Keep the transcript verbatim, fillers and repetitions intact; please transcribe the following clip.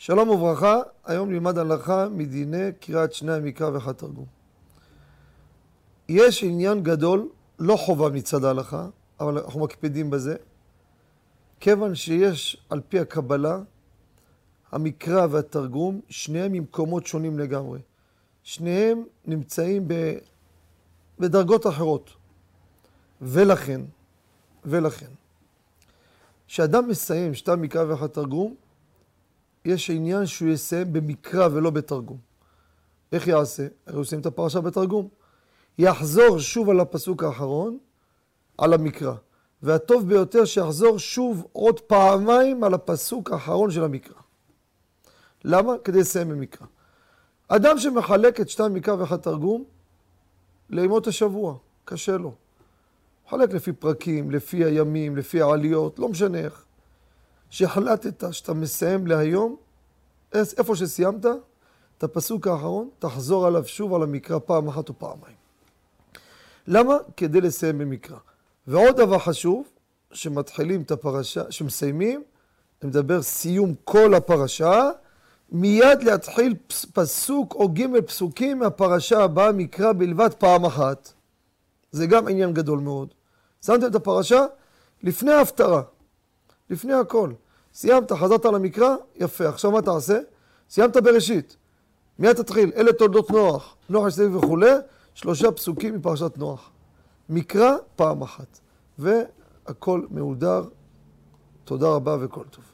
שלום וברכה, היום נלמד הלכה מדיני קריאת שני המקרא ואחד תרגום. יש עניין גדול, לא חובה מצד ההלכה, אבל אנחנו מקפידים בזה, כיוון שיש על פי הקבלה, המקרא והתרגום, שניהם ממקומות שונים לגמרי. שניהם נמצאים ב... בדרגות אחרות. ולכן, ולכן, כשאדם מסיים שתי המקרא ואחד תרגום, יש עניין שהוא יסיים במקרא ולא בתרגום. איך יעשה? הרי הוא יסיים את הפרשה בתרגום. יחזור שוב על הפסוק האחרון, על המקרא. והטוב ביותר שיחזור שוב עוד פעמיים על הפסוק האחרון של המקרא. למה? כדי לסיים במקרא. אדם שמחלק את שתי המקרא ואחד תרגום, לימות השבוע, קשה לו. חלק לפי פרקים, לפי הימים, לפי העליות, לא משנה איך. שהחלטת שאתה מסיים להיום, איפה שסיימת, את הפסוק האחרון, תחזור עליו שוב על המקרא פעם אחת או פעמיים. למה? כדי לסיים במקרא. ועוד דבר חשוב, שמתחילים את הפרשה, שמסיימים, אני מדבר סיום כל הפרשה, מיד להתחיל פסוק או ג' פסוקים מהפרשה הבאה, מקרא בלבד פעם אחת. זה גם עניין גדול מאוד. שמתם את הפרשה לפני ההפטרה. לפני הכל. סיימת, חזרת למקרא, יפה. עכשיו מה תעשה? סיימת בראשית. מיד תתחיל, אלה תולדות נוח, נוח השתיק וכו', שלושה פסוקים מפרשת נוח. מקרא פעם אחת. והכל מהודר. תודה רבה וכל טוב.